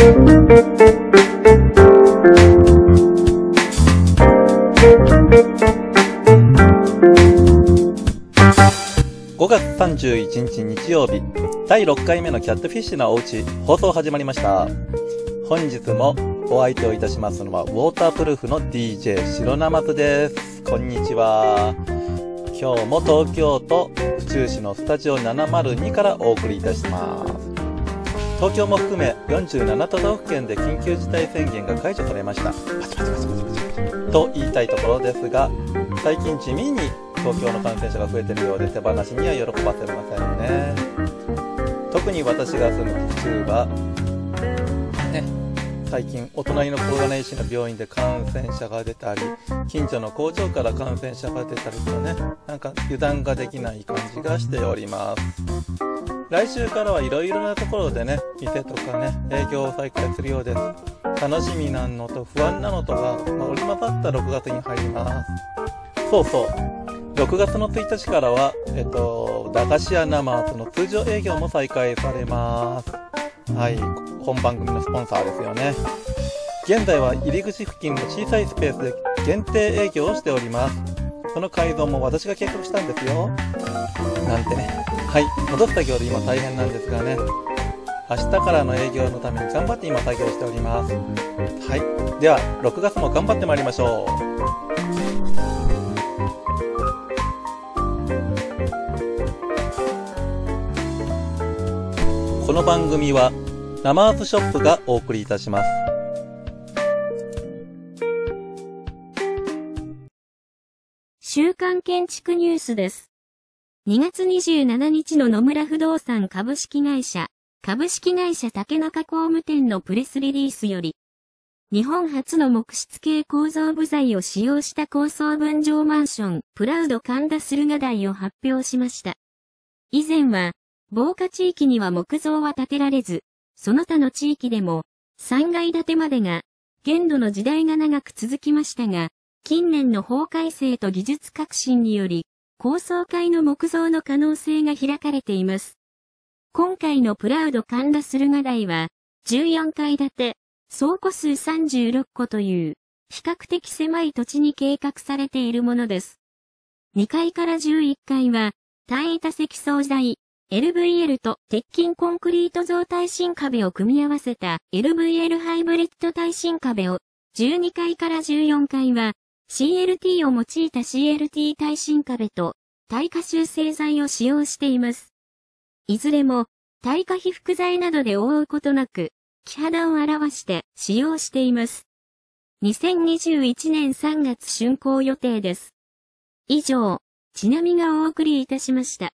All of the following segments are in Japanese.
5月31日日曜日、第6回目のキャットフィッシュなおうち放送始まりました。本日もお相手をいたしますのはウォータープルーフの DJ 白ナマズです。こんにちは。今日も東京都府中市のスタジオ702からお送りいたします。東京も含め47都道府県で緊急事態宣言が解除されました。パチパチパチパチパチと言いたいところですが、最近地味に東京の感染者が増えているようで手放しには喜ばせませんね。特に私が住む府中はね、最近お隣の小金井市の病院で感染者が出たり、近所の工場から感染者が出たりとね、なんか油断ができない感じがしております。来週からはいろいろなところでね、店とかね、営業を再開するようです。楽しみなのと不安なのとが、織り交ざった6月に入ります。そうそう6月の1日からは、駄菓子屋ナマーズの通常営業も再開されます。はい、本番組のスポンサーですよね。現在は入り口付近の小さいスペースで限定営業をしております。その改造も私が計画したんですよ。なんてね。はい、戻す作業で今大変なんですがね。明日からの営業のために頑張って今作業しております。はい、では6月も頑張ってまいりましょう。この番組はナマーズショップがお送りいたします。 週刊建築ニュースです。2月27日の野村不動産株式会社竹中工務店のプレスリリースより、日本初の木質系構造部材を使用した高層分譲マンションプラウド神田駿河台を発表しました。以前は防火地域には木造は建てられず、その他の地域でも3階建てまでが限度の時代が長く続きましたが、近年の法改正と技術革新により、高層階の木造の可能性が開かれています。今回のプラウド神田駿河台は、14階建て、総戸数36戸という、比較的狭い土地に計画されているものです。2階から11階は、単板積層材、LVL と鉄筋コンクリート造耐震壁を組み合わせた LVL ハイブリッド耐震壁を、12階から14階は、CLT を用いた CLT 耐震壁と耐火修正材を使用しています。いずれも耐火被覆材などで覆うことなく、木肌を表して使用しています。2021年3月竣工予定です。以上、ちなみがお送りいたしました。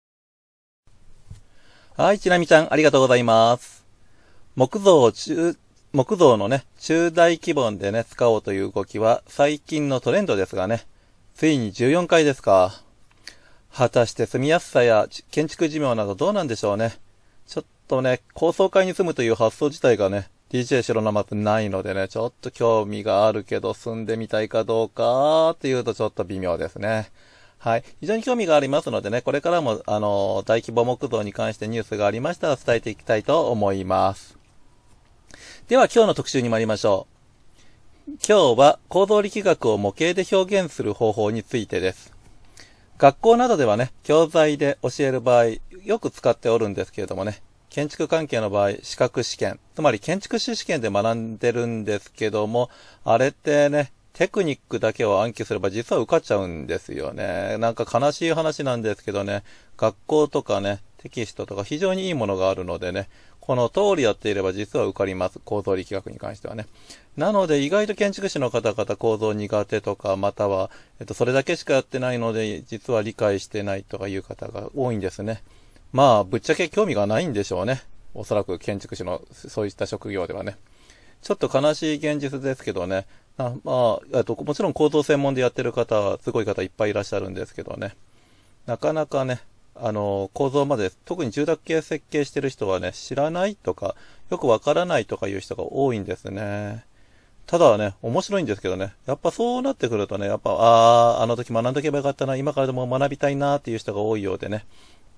はい、ちなみちゃんありがとうございます。木造のね、中大規模でね、使おうという動きは最近のトレンドですがね、ついに14階ですか。果たして住みやすさや建築寿命などどうなんでしょうね。ちょっとね、高層階に住むという発想自体がね、DJ 白生ってないのでね、ちょっと興味があるけど住んでみたいかどうかっていうとちょっと微妙ですね。はい。非常に興味がありますのでね、これからも、大規模木造に関してニュースがありましたら伝えていきたいと思います。では今日の特集に参りましょう。今日は構造力学を模型で表現する方法についてです。学校などではね、教材で教える場合、よく使っておるんですけれどもね、建築関係の場合、資格試験、つまり建築士試験で学んでるんですけども、あれってね、テクニックだけを暗記すれば実は受かっちゃうんですよね。なんか悲しい話なんですけどね、学校とかね、テキストとか非常にいいものがあるのでね、この通りやっていれば実は受かります。構造力学に関してはね。なので意外と建築士の方々構造苦手とか、または、それだけしかやってないので実は理解してないとかいう方が多いんですね。まあ、ぶっちゃけ興味がないんでしょうね。おそらく建築士のそういった職業ではね。ちょっと悲しい現実ですけどね。もちろん構造専門でやってる方はすごい方いっぱいいらっしゃるんですけどね。なかなかね、構造まで、特に住宅系設計してる人はね、知らないとか、よくわからないとかいう人が多いんですね。ただね、面白いんですけどね、やっぱそうなってくるとね、やっぱ、あの時学んどけばよかったな、今からでも学びたいなっていう人が多いようでね。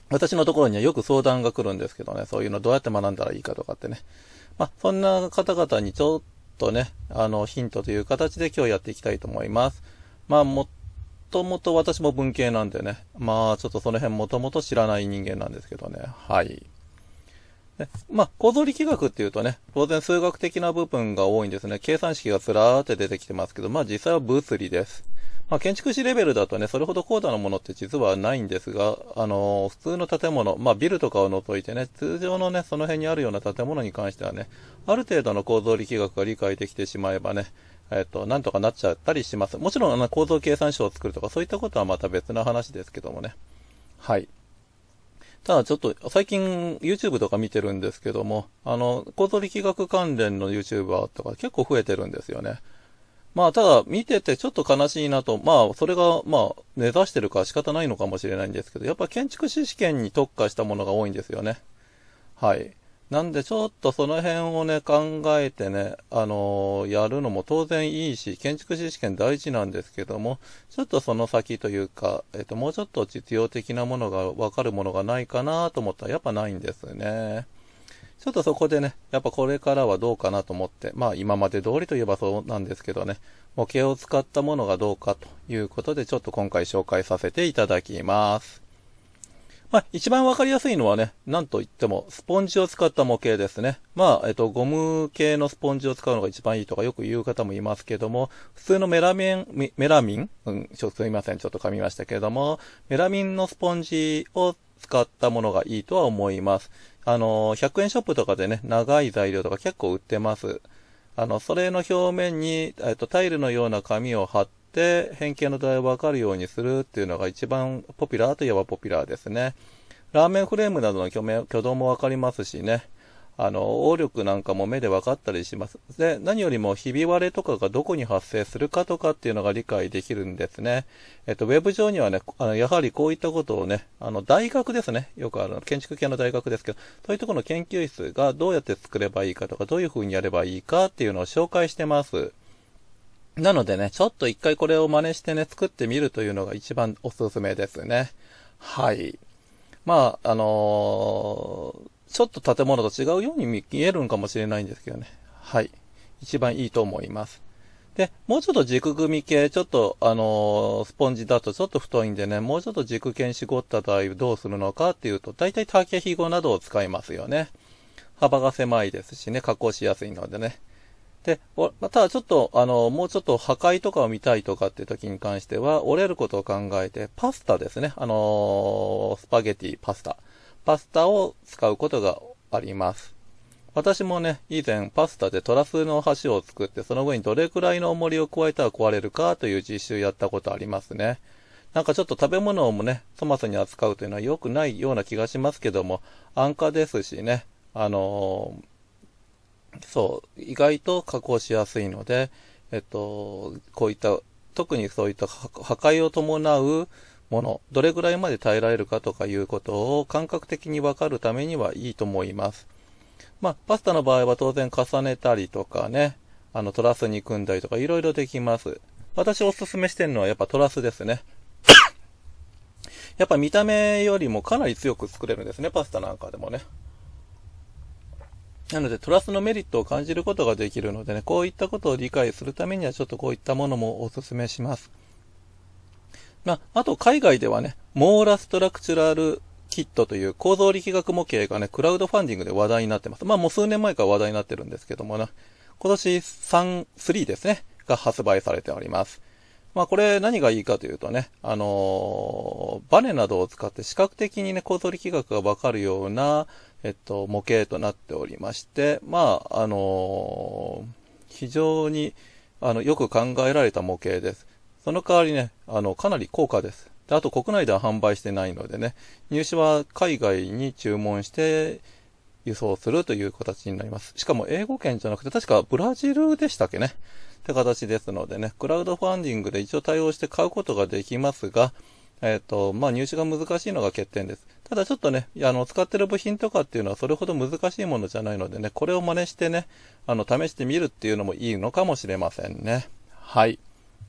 私のところにはよく相談が来るんですけどね、そういうのどうやって学んだらいいかとかってね。そんな方々にちょっとね、ヒントという形で今日やっていきたいと思います。もともと私も文系なんでね、ちょっとその辺もともと知らない人間なんですけどね、はい。で構造力学っていうとね、当然数学的な部分が多いんですね。計算式がずらーって出てきてますけど、実際は物理です。建築士レベルだとね、それほど高度なものって実はないんですが、普通の建物、ビルとかを除いてね、通常のね、その辺にあるような建物に関してはね、ある程度の構造力学が理解できてしまえばね、なんとかなっちゃったりします。もちろん、構造計算書を作るとか、そういったことはまた別の話ですけどもね。はい。ただちょっと、最近 YouTube とか見てるんですけども、構造力学関連の YouTuber とか結構増えてるんですよね。ただ、見ててちょっと悲しいなと、それが、目指してるから仕方ないのかもしれないんですけど、やっぱ建築士試験に特化したものが多いんですよね。はい。なんで、ちょっとその辺をね、考えてね、やるのも当然いいし、建築士試験大事なんですけども、ちょっとその先というか、もうちょっと実用的なものがわかるものがないかなと思ったら、やっぱないんですね。ちょっとそこでね、やっぱこれからはどうかなと思って、今まで通りといえばそうなんですけどね、模型を使ったものがどうかということで、ちょっと今回紹介させていただきます。一番わかりやすいのはね、なんといっても、スポンジを使った模型ですね。ゴム系のスポンジを使うのが一番いいとかよく言う方もいますけども、普通のメラミンすいません、ちょっと噛みましたけども、メラミンのスポンジを使ったものがいいとは思います。100円ショップとかでね、長い材料とか結構売ってます。それの表面に、タイルのような紙を貼って、変形の度合いをわかるようにするっていうのが一番ポピュラーといえばポピュラーですね。ラーメンフレームなどの挙動もわかりますしね。応力なんかも目で分かったりします。で、何よりもひび割れとかがどこに発生するかとかっていうのが理解できるんですね。ウェブ上にはね、やはりこういったことをね、大学ですね。よくある建築系の大学ですけど、そういうところの研究室がどうやって作ればいいかとか、どういう風にやればいいかっていうのを紹介してます。なのでね、ちょっと一回これを真似してね、作ってみるというのが一番おすすめですね。はい。ちょっと建物と違うように見えるんかもしれないんですけどね。はい。一番いいと思います。で、もうちょっと軸組み系、ちょっと、スポンジだとちょっと太いんでね、もうちょっと軸剣絞った場合どうするのかっていうと、大体竹ひごなどを使いますよね。幅が狭いですしね、加工しやすいのでね。で、ただちょっと、もうちょっと破壊とかを見たいとかっていう時に関しては、折れることを考えて、パスタですね。スパゲティ、パスタ。パスタを使うことがあります。私もね、以前パスタでトラスの橋を作って、その上にどれくらいの重りを加えたら壊れるかという実習やったことありますね。なんかちょっと食べ物をもね、粗末に扱うというのは良くないような気がしますけども、安価ですしね、意外と加工しやすいので、こういった、特にそういった破壊を伴うもの、どれぐらいまで耐えられるかとかいうことを感覚的にわかるためにはいいと思います。パスタの場合は当然重ねたりとかね、トラスに組んだりとかいろいろできます。私おすすめしてるのはやっぱトラスですね。やっぱ見た目よりもかなり強く作れるんですね、パスタなんかでもね。なので、トラスのメリットを感じることができるのでね、こういったことを理解するためにはちょっとこういったものもお勧めします。あと海外ではね、モーラストラクチュラルキットという構造力学模型がね、クラウドファンディングで話題になってます。もう数年前から話題になってるんですけどもね、今年3ですね、が発売されております。これ何がいいかというとね、バネなどを使って視覚的にね、構造力学がわかるような、模型となっておりまして、非常に、よく考えられた模型です。その代わりね、かなり高価です。で、あと国内では販売してないのでね、入手は海外に注文して輸送するという形になります。しかも英語圏じゃなくて、確かブラジルでしたっけね。って形ですのでね、クラウドファンディングで一応対応して買うことができますが、入手が難しいのが欠点です。ただちょっとね、使ってる部品とかっていうのはそれほど難しいものじゃないのでね、これを真似してね、試してみるっていうのもいいのかもしれませんね。はい。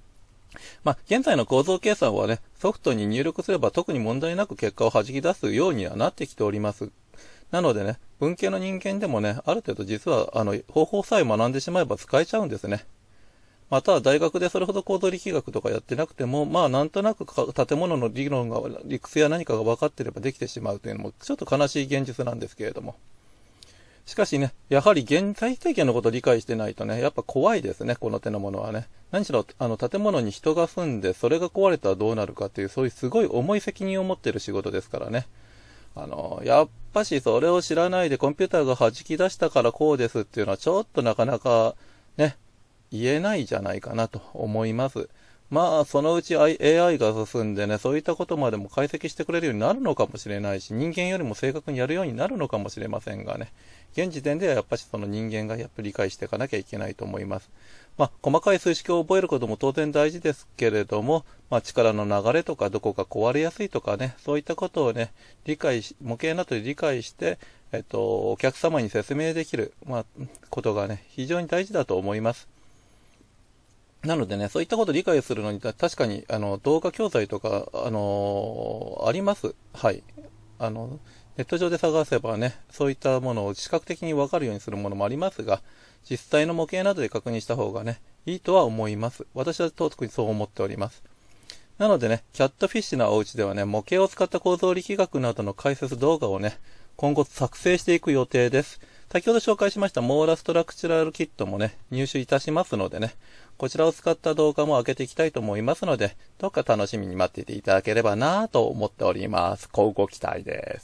現在の構造計算はね、ソフトに入力すれば特に問題なく結果を弾き出すようにはなってきております。なのでね、文系の人間でもね、ある程度実は、方法さえ学んでしまえば使えちゃうんですね。また、大学でそれほど構造力学とかやってなくても、なんとなく建物の理論が、理屈や何かが分かっていればできてしまうというのも、ちょっと悲しい現実なんですけれども。しかしね、やはり最低限のことを理解してないとね、やっぱ怖いですね、この手のものはね。何しろ、建物に人が住んで、それが壊れたらどうなるかっていう、そういうすごい重い責任を持っている仕事ですからね。やっぱしそれを知らないでコンピューターが弾き出したからこうですっていうのは、ちょっとなかなかね、言えないじゃないかなと思います。そのうち AI が進んでね、そういったことまでも解析してくれるようになるのかもしれないし、人間よりも正確にやるようになるのかもしれませんがね、現時点ではやっぱりその人間がやっぱり理解していかなきゃいけないと思います。細かい数式を覚えることも当然大事ですけれども、力の流れとかどこか壊れやすいとかね、そういったことをね、模型などで理解して、お客様に説明できる、ことがね、非常に大事だと思います。なのでね、そういったことを理解するのに、確かに、動画教材とか、あります。はい。ネット上で探せばね、そういったものを視覚的にわかるようにするものもありますが、実際の模型などで確認した方がね、いいとは思います。私は特にそう思っております。なのでね、キャットフィッシュなお家ではね、模型を使った構造力学などの解説動画をね、今後作成していく予定です。先ほど紹介しましたモーラストラクチュラルキットもね、入手いたしますのでね、こちらを使った動画も上げていきたいと思いますので、どうか楽しみに待っていていただければなぁと思っております。ご期待です。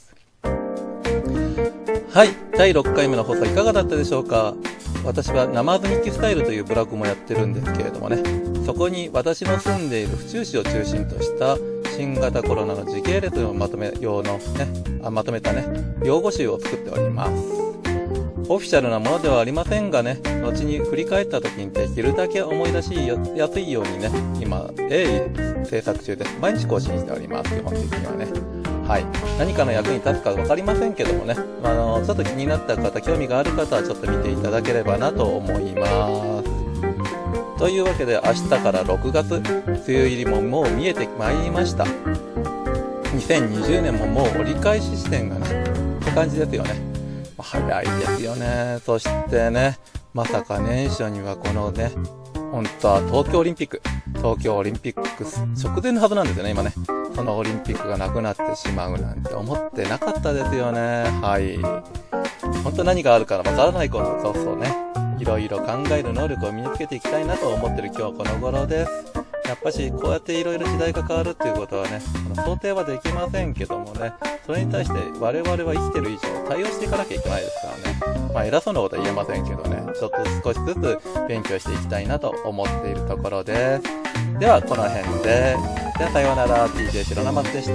はい、第6回目の放送いかがだったでしょうか。私はナマーズ日記スタイルというブログもやってるんですけれどもね、そこに私の住んでいる府中市を中心とした新型コロナの時系列をまとめたね、用語集を作っております。オフィシャルなものではありませんがね、後に振り返った時にできるだけ思い出しやすいようにね、今、制作中です。毎日更新しております、基本的にはね。はい。何かの役に立つかわかりませんけどもね、ちょっと気になった方、興味がある方はちょっと見ていただければなと思います。というわけで、明日から6月、梅雨入りももう見えてまいりました。2020年ももう折り返し地点がね、って感じですよね。早いですよね。そしてね、まさか年初にはこのね、本当は東京オリンピック直前のはずなんですよね、今ね。そのオリンピックがなくなってしまうなんて思ってなかったですよね。はい。本当何があるからわからないこと、そうね。いろいろ考える能力を身につけていきたいなと思ってる今日この頃です。やっぱしこうやっていろいろ時代が変わるっていうことはね、想定はできませんけどもね、それに対して我々は生きてる以上対応していかなきゃいけないですからね。偉そうなことは言えませんけどね、ちょっと少しずつ勉強していきたいなと思っているところです。ではこの辺で、じゃあさようなら、DJ 白生でした。